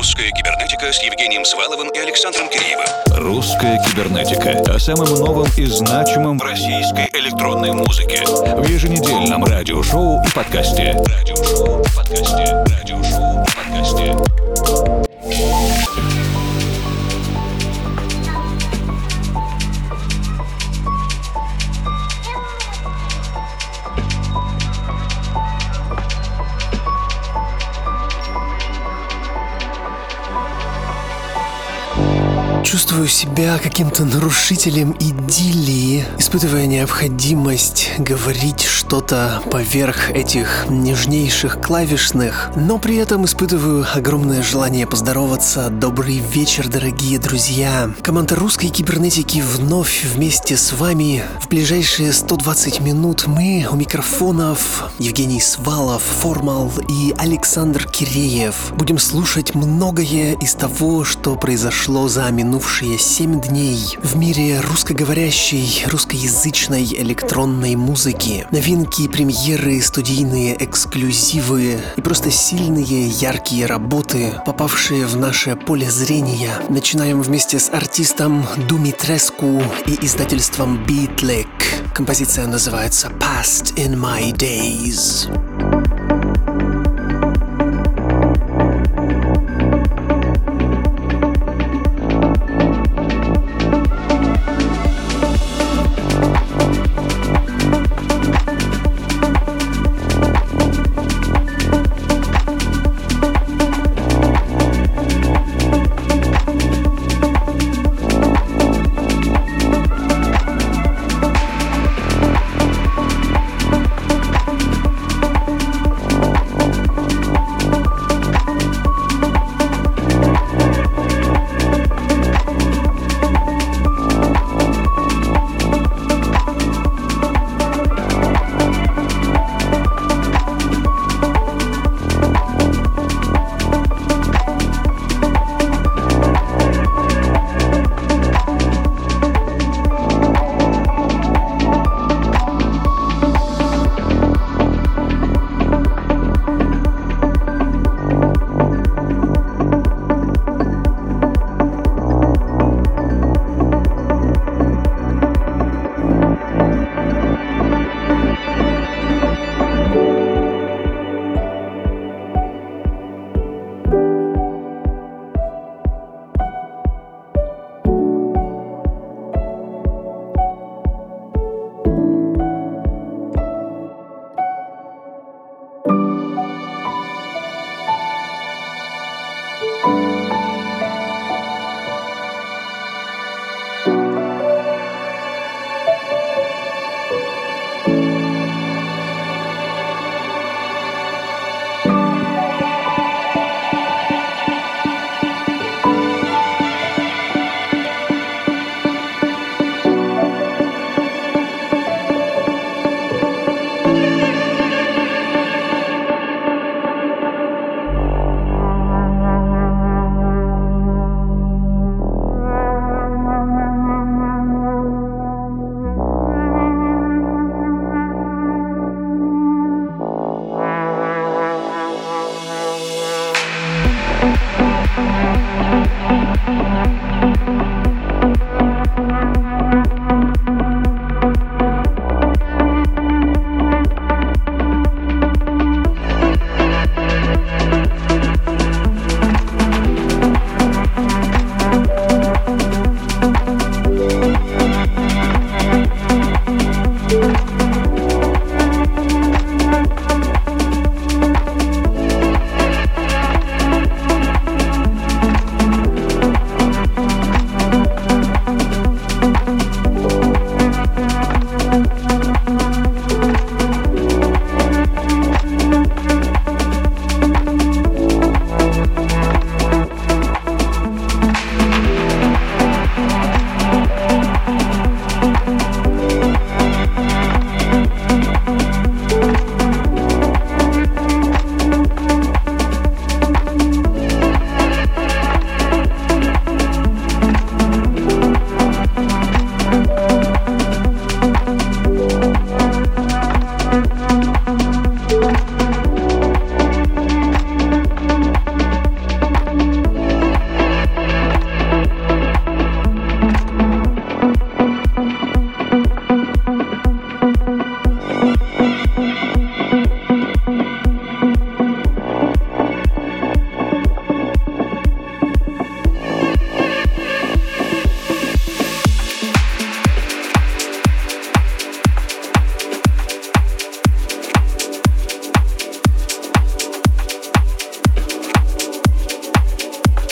«Русская кибернетика» с Евгением Сваловым и Александром Киреевым. «Русская кибернетика» о самом новом и значимом в российской электронной музыке. В еженедельном радиошоу и подкасте. Чувствую себя каким-то нарушителем идиллии, испытывая необходимость говорить что-то поверх этих нежнейших клавишных, но при этом испытываю огромное желание поздороваться. Добрый вечер, дорогие друзья! Команда русской кибернетики вновь вместе с вами. В ближайшие 120 минут мы у микрофонов Евгений Свалов, Формал и Александр Киреев. Будем слушать многое из того, что произошло за минувшие 7 дней в мире русскоговорящей, русскоязычной электронной музыки. Новинки, премьеры, студийные эксклюзивы и просто сильные, яркие работы, попавшие в наше поле зрения. Начинаем вместе с артистом Dumitrescu и издательством Beatlick. Композиция называется Past in My Days.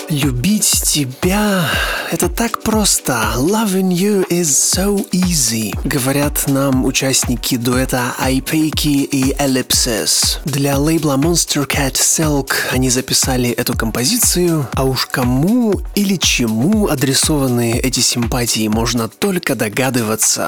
Любить тебя — это так просто. Loving you is so easy, говорят нам участники дуэта Айпейки и Ellipsis. Для лейбла Monster Cat Silk они записали эту композицию, а уж кому или чему адресованы эти симпатии, можно только догадываться.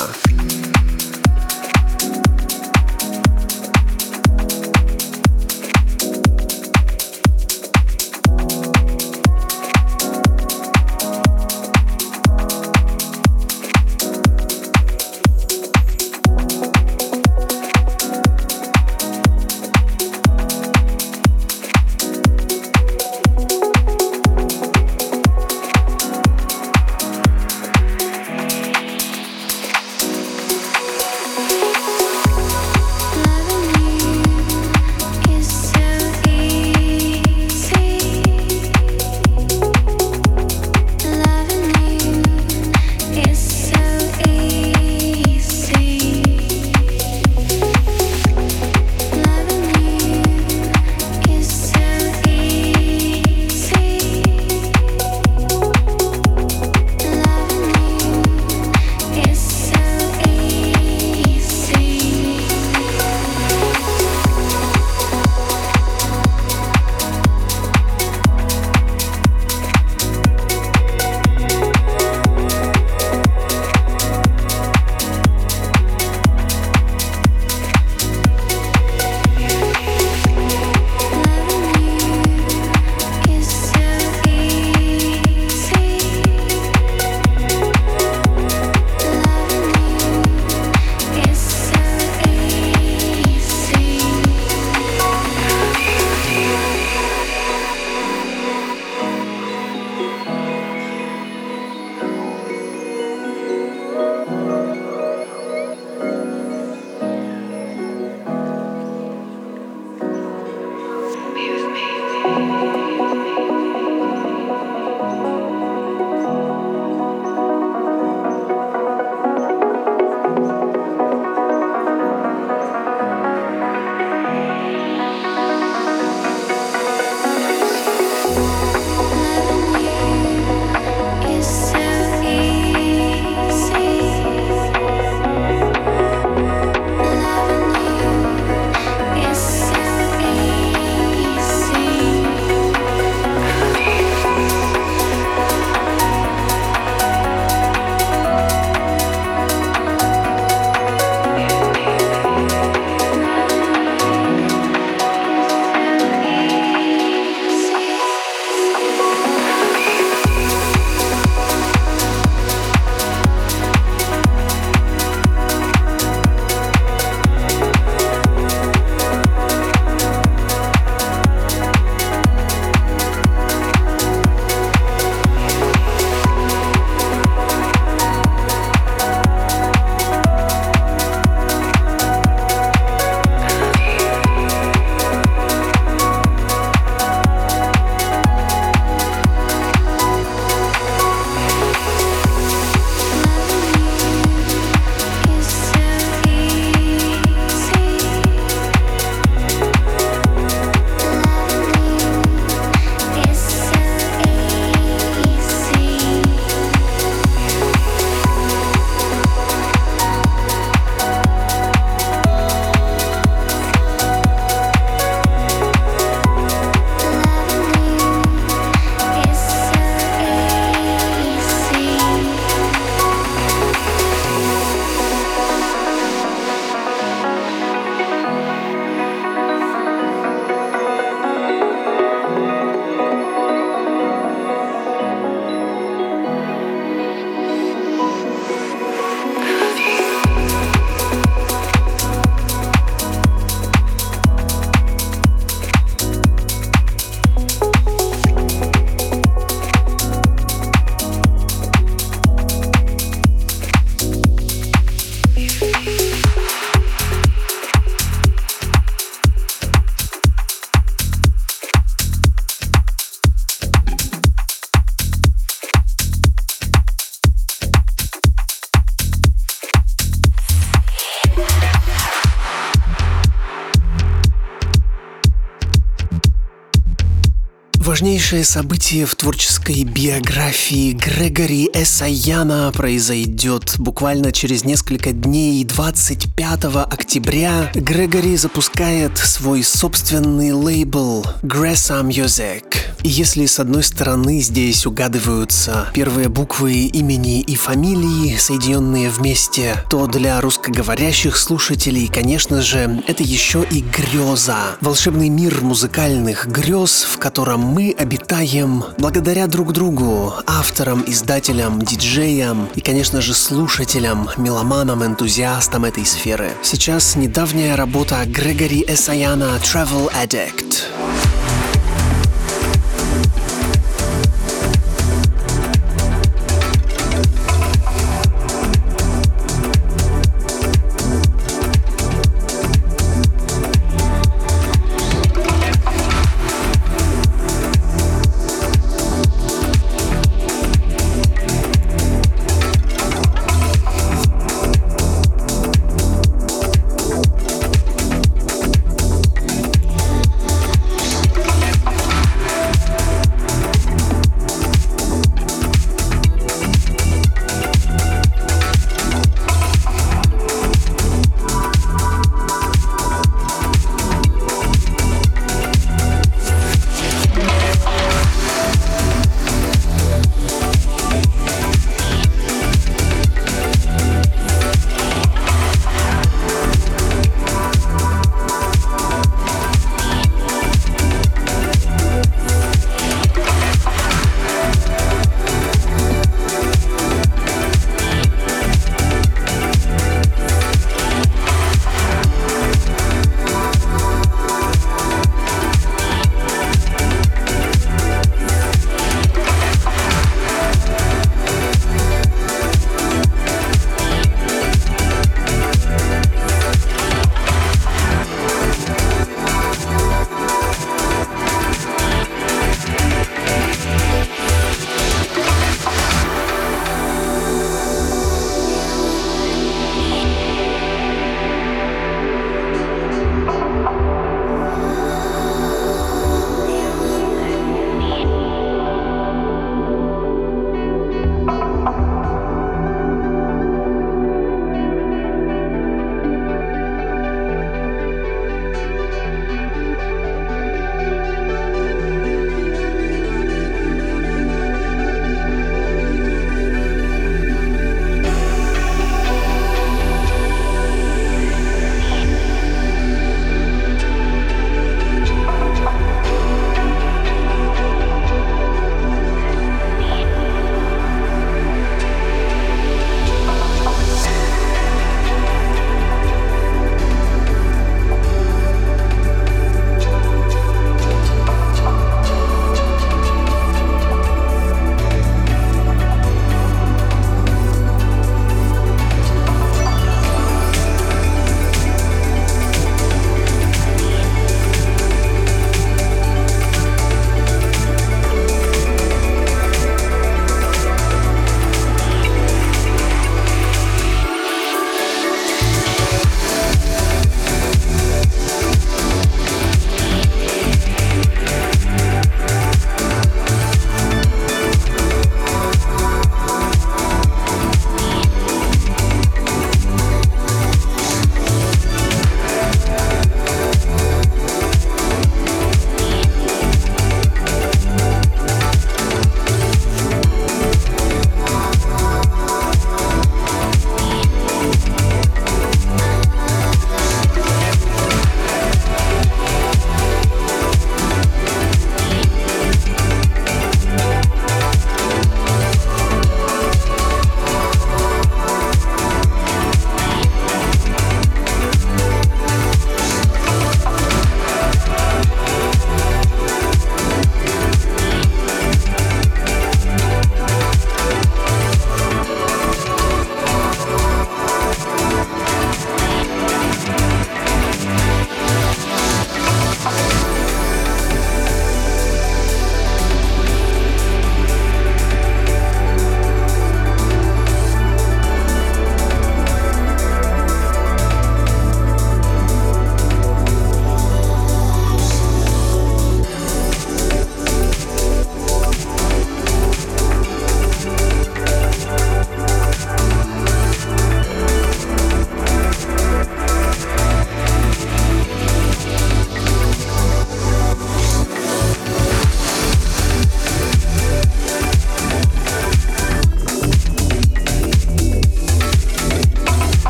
Важнейшее событие в творческой биографии Грегори Эсаяна произойдет буквально через несколько дней. 25 октября Грегори запускает свой собственный лейбл Gressa Music. И если с одной стороны здесь угадываются первые буквы имени и фамилии, соединенные вместе, то для русскоговорящих слушателей, конечно же, это еще и греза. Волшебный мир музыкальных грез, в котором мы обитаем благодаря друг другу, авторам, издателям, диджеям и, конечно же, слушателям, меломанам, энтузиастам этой сферы. Сейчас недавняя работа Грегори Эсаяна «Travel Addict».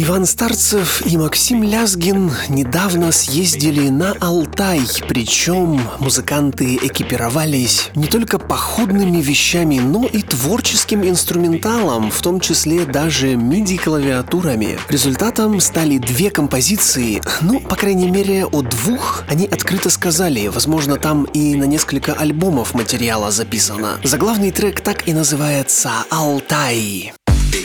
Иван Старцев и Максим Лязгин недавно съездили на Алтай, причем музыканты экипировались не только походными вещами, но и творческим инструменталом, в том числе даже MIDI-клавиатурами. Результатом стали 2 композиции, по крайней мере, о 2 они открыто сказали, возможно, там и на несколько альбомов материала записано. Заглавный трек так и называется «Алтай».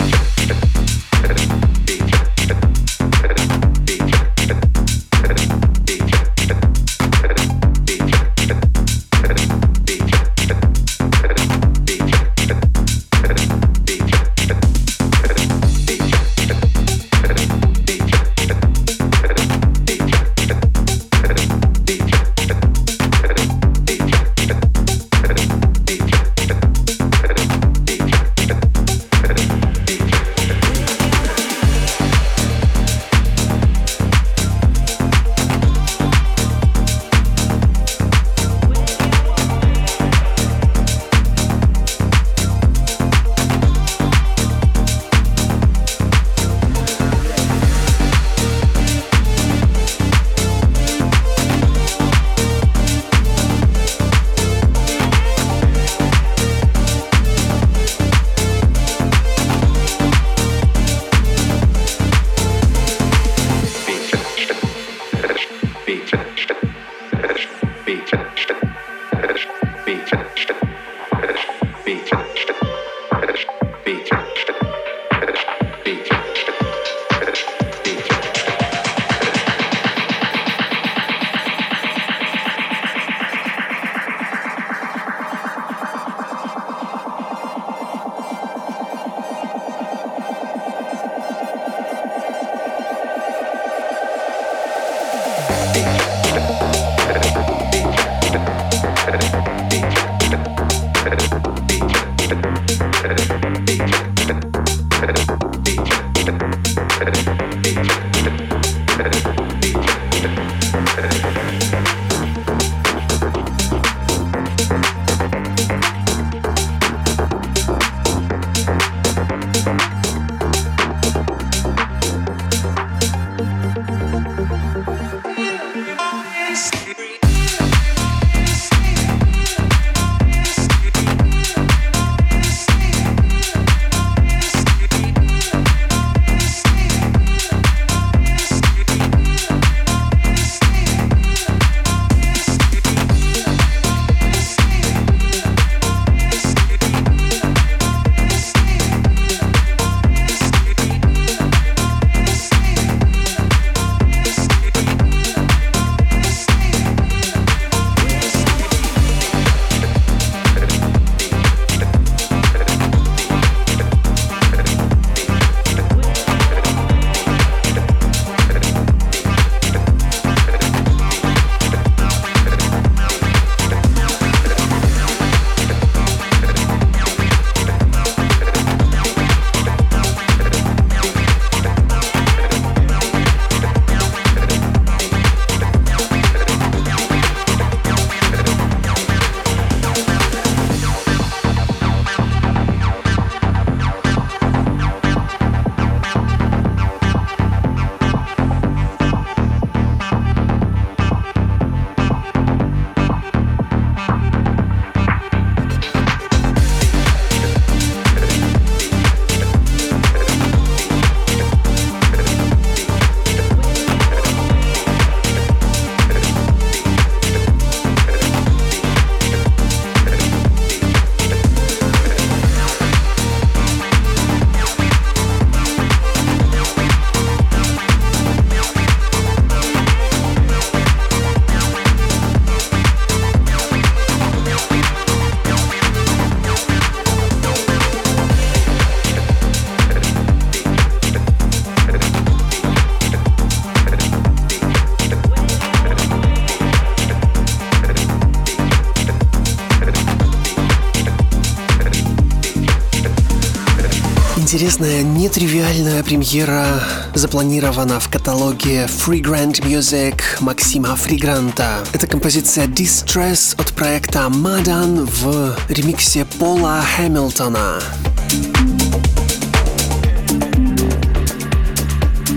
Интересная, нетривиальная премьера запланирована в каталоге Freegrant Music Максима Фригранта. Это композиция Distress от проекта Madan в ремиксе Пола Хэмилтона.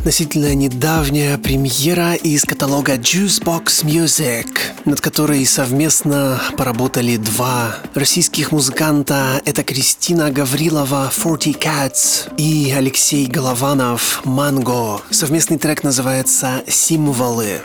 относительно недавняя премьера из каталога Juicebox Music, над которой совместно поработали два российских музыканта. Это Кристина Гаврилова, 40 Cats, и Алексей Голованов, Mango. Совместный трек называется «Символы».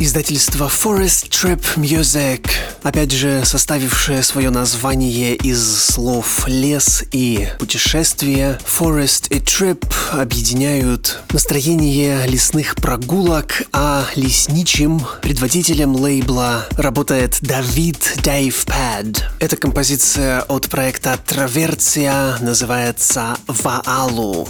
Издательство Forest Trip Music, опять же составившее свое название из слов «лес» и «путешествие», Forest и Trip объединяют настроение лесных прогулок, а лесничим, предводителем лейбла, работает Давид Дейвпад. Эта композиция от проекта Traversia называется «Ваалу».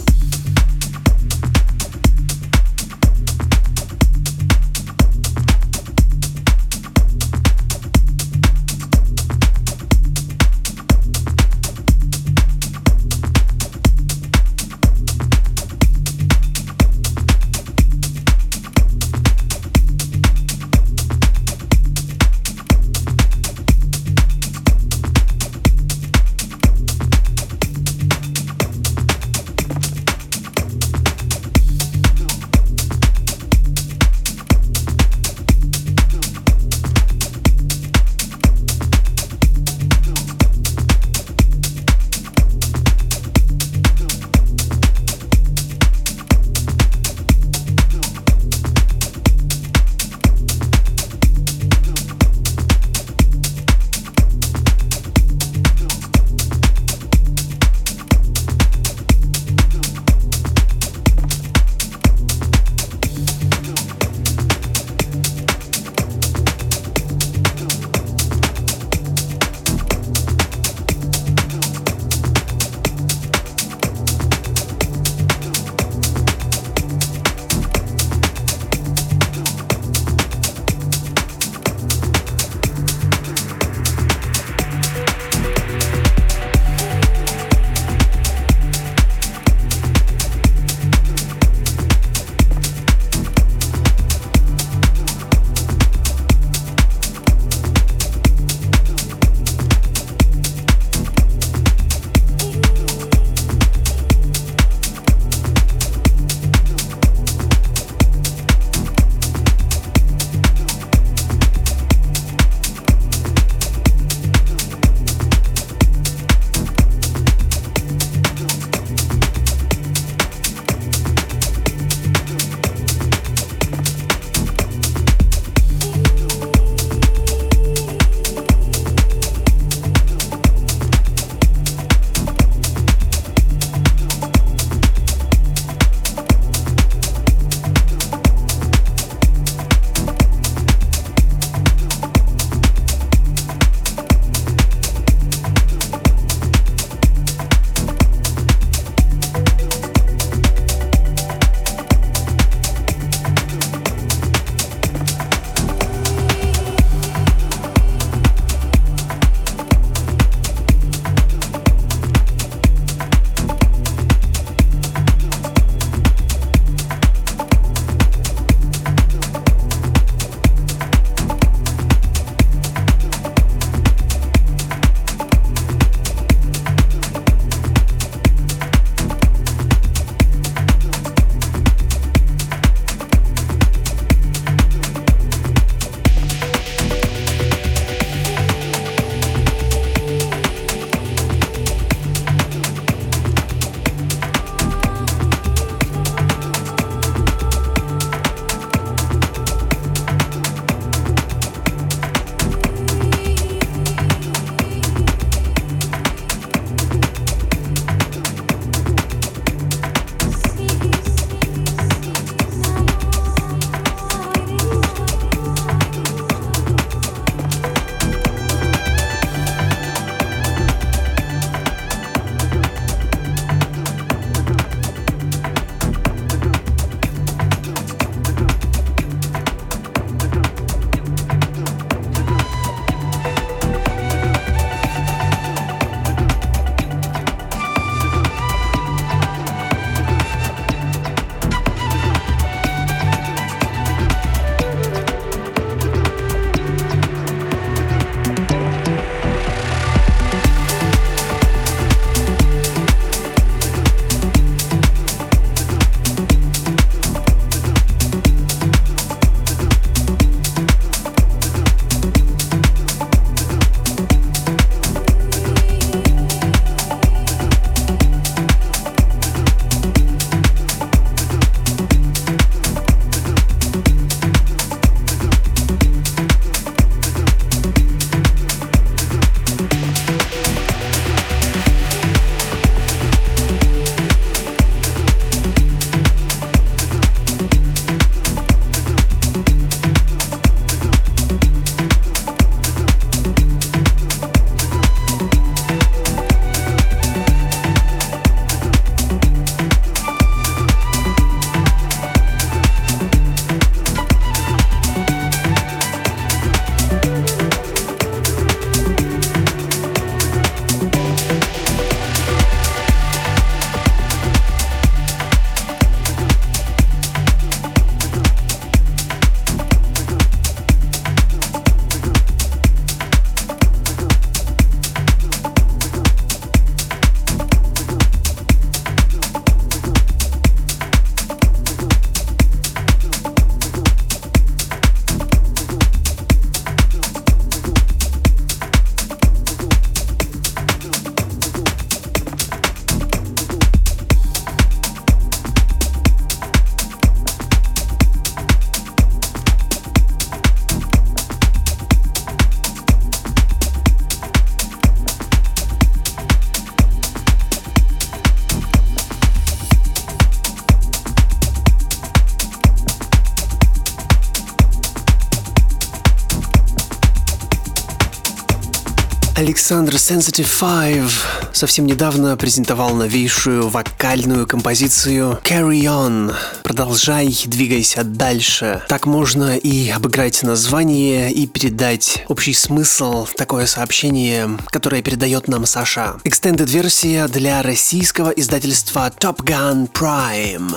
Александр Sensitive Five совсем недавно презентовал новейшую вокальную композицию Carry On. Продолжай, двигайся дальше. Так можно и обыграть название, и передать общий смысл, такое сообщение, которое передает нам Саша. Extended-версия для российского издательства Top Gun Prime.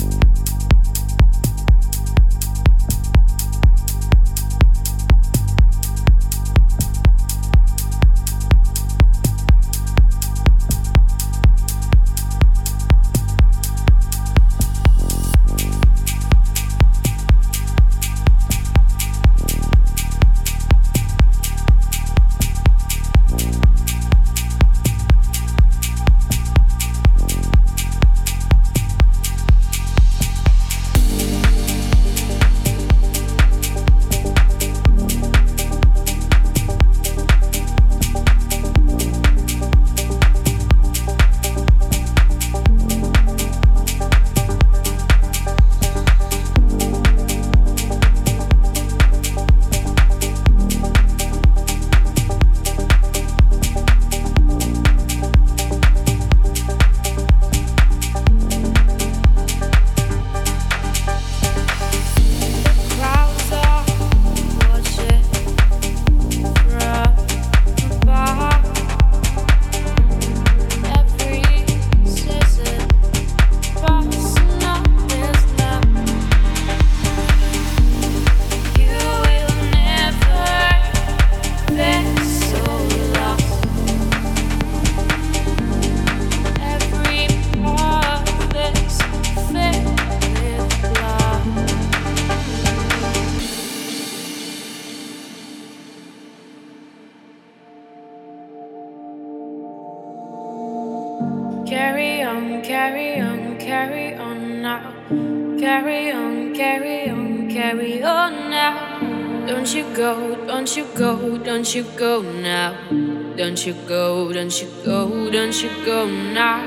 Carry on, carry on, carry on now. Carry on, carry on, carry on now. Don't you go, don't you go, don't you go now. Don't you go, don't you go, don't you go now.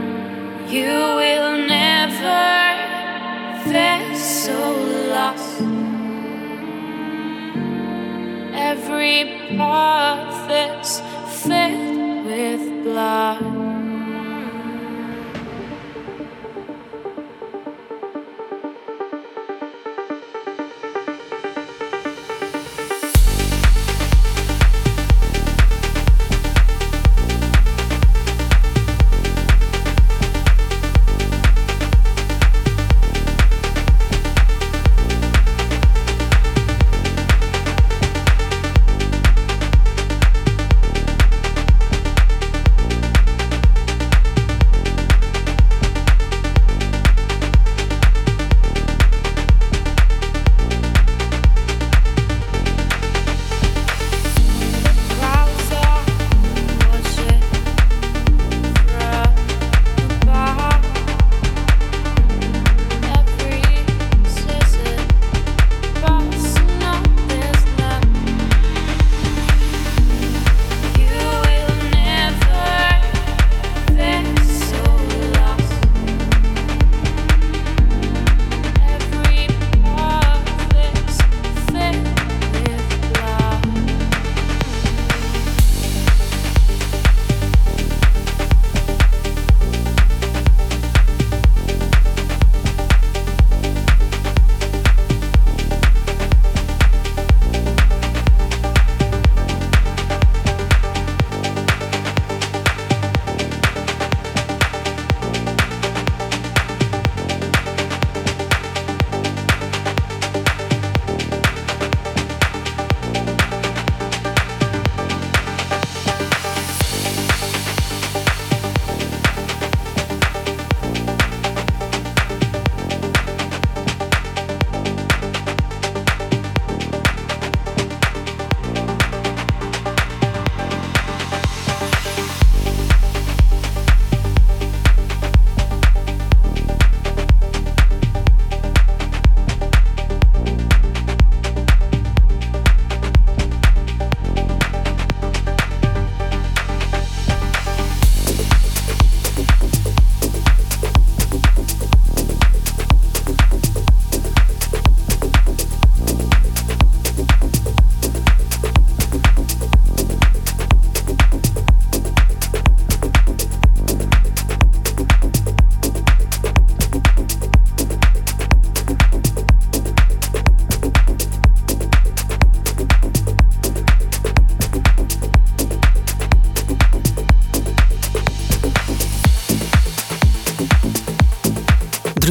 You will never feel so lost. Every path is filled with blood.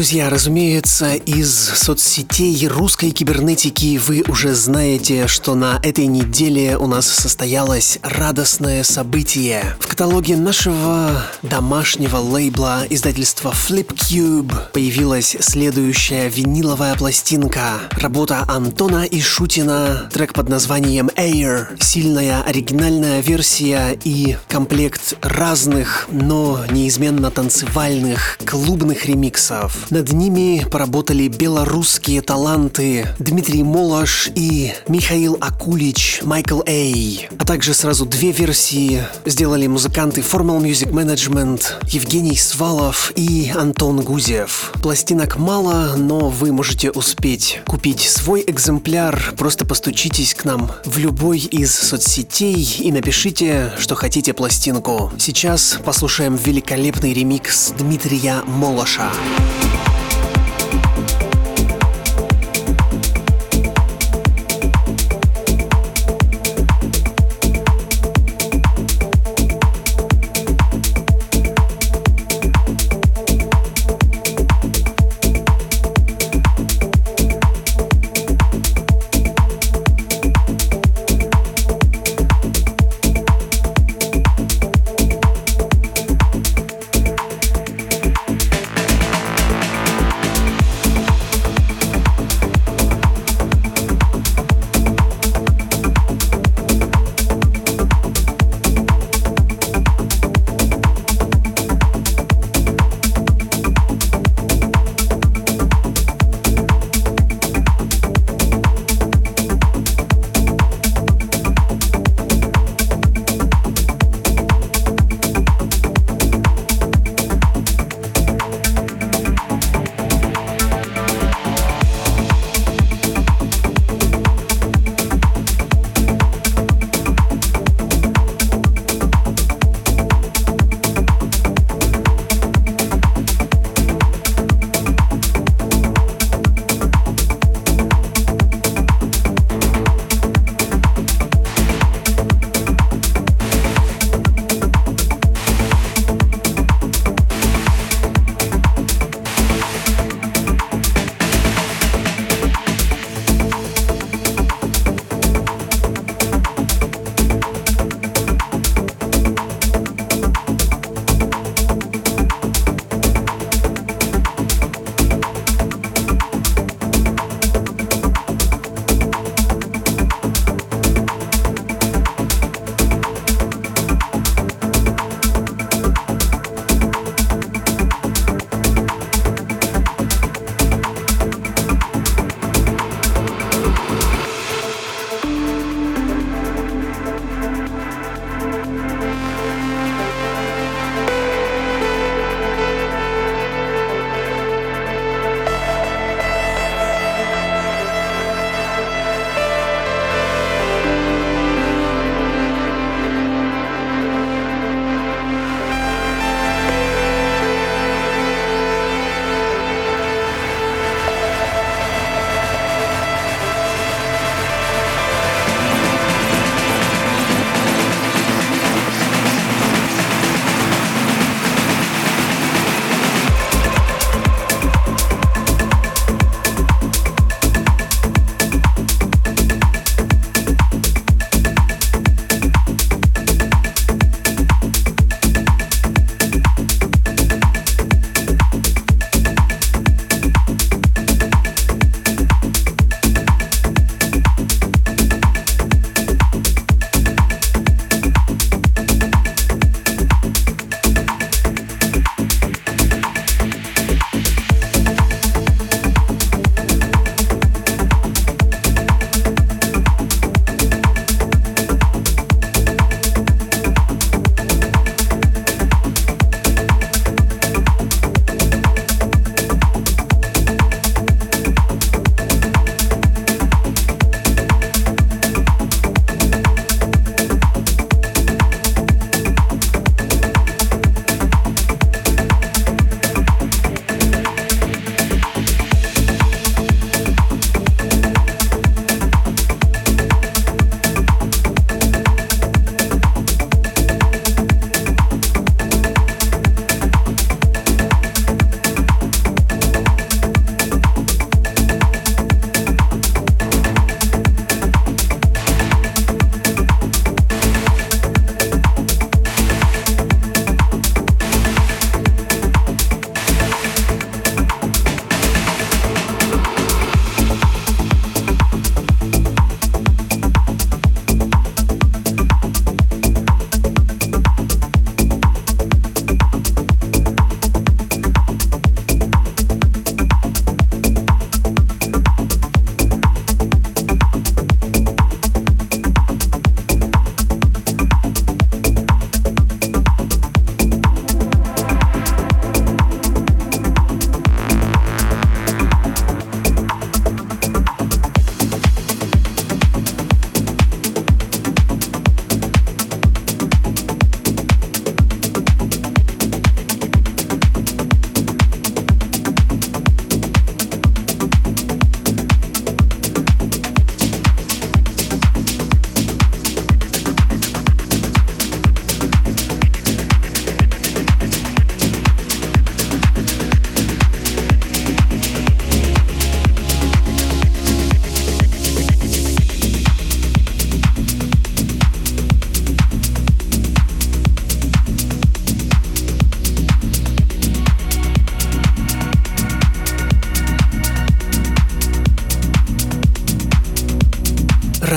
Друзья, разумеется, из соцсетей русской кибернетики вы уже знаете, что на этой неделе у нас состоялось радостное событие. В каталоге нашего домашнего лейбла издательства Flipcube появилась следующая виниловая пластинка. Работа Антона Ишутина, трек под названием Air, сильная оригинальная версия и комплект разных, но неизменно танцевальных клубных ремиксов. Над ними поработали белорусские таланты Дмитрий Молош и Михаил Акулич, Майкл Эй. А также сразу две версии сделали музыканты Formal Music Management, Евгений Свалов и Антон Гузев. Пластинок мало, но вы можете успеть купить свой экземпляр. Просто постучитесь к нам в любой из соцсетей и напишите, что хотите пластинку. Сейчас послушаем великолепный ремикс Дмитрия Молоша.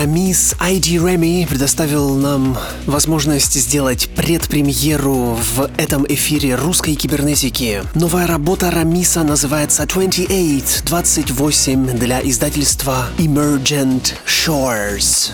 Арамис ID Remy предоставил нам возможность сделать предпремьеру в этом эфире русской кибернетики. Новая работа Рамиса называется 28 для издательства Emergent Shores.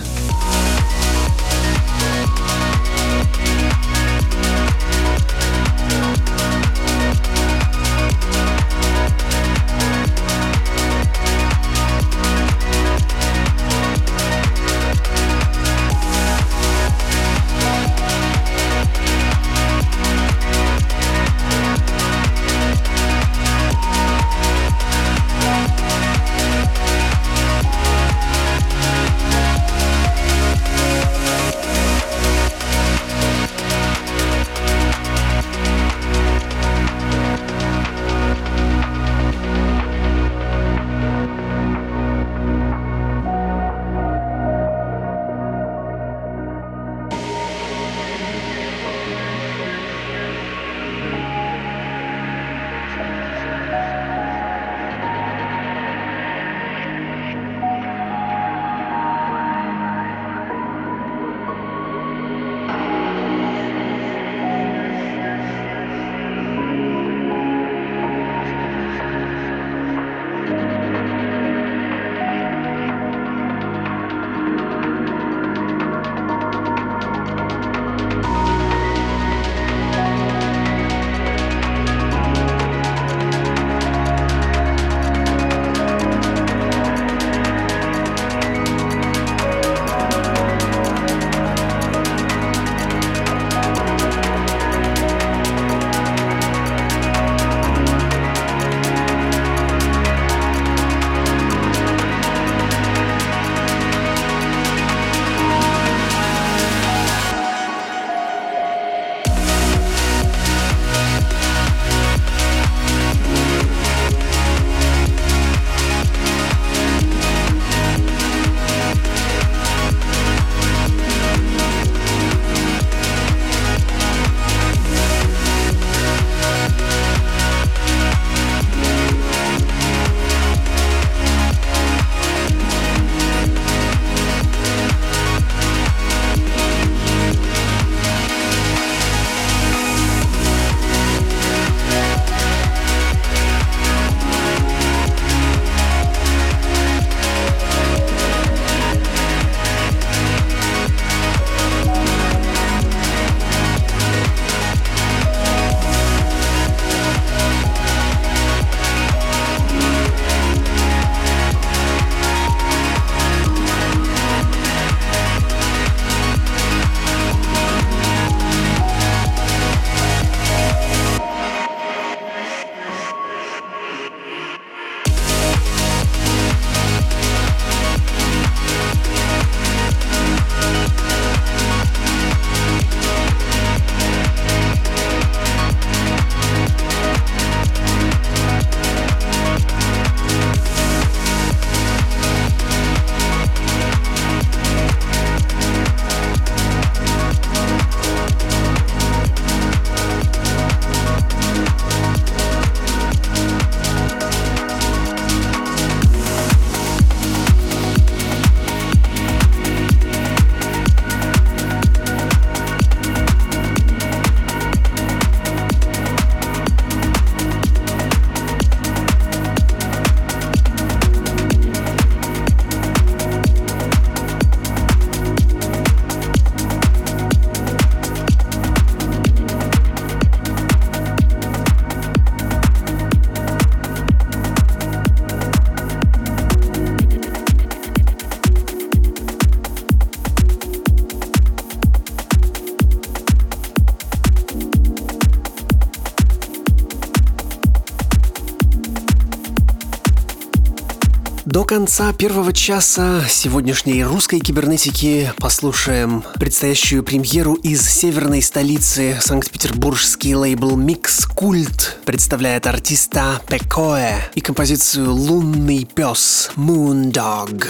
До конца первого часа сегодняшней русской кибернетики послушаем предстоящую премьеру из северной столицы. Санкт-Петербургский лейбл Mix Cult представляет артиста Pekoe и композицию «Лунный пес» Moondog.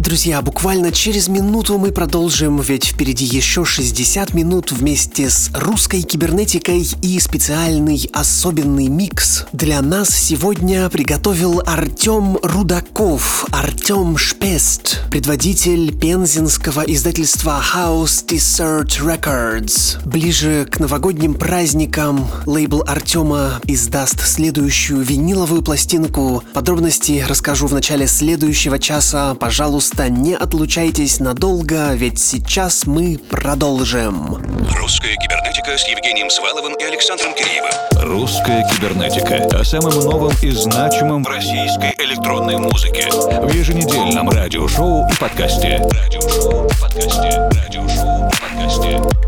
Друзья, буквально через минуту мы продолжим, ведь впереди еще 60 минут вместе с русской кибернетикой и специальный особенный микс. Для нас сегодня приготовил Артем Рудаков, Артем Шпест, предводитель пензенского издательства House Desert Records. Ближе к новогодним праздникам лейбл Артема издаст следующую виниловую пластинку. Подробности расскажу в начале следующего часа. Пожалуйста, не отлучайтесь надолго, ведь сейчас мы продолжим. Русская кибернетика с Евгением Сваловым и Александром Киреевым. Русская кибернетика. О самом новом и значимом в российской электронной музыке. В еженедельном радиошоу и подкасте. Радиошоу и подкасте.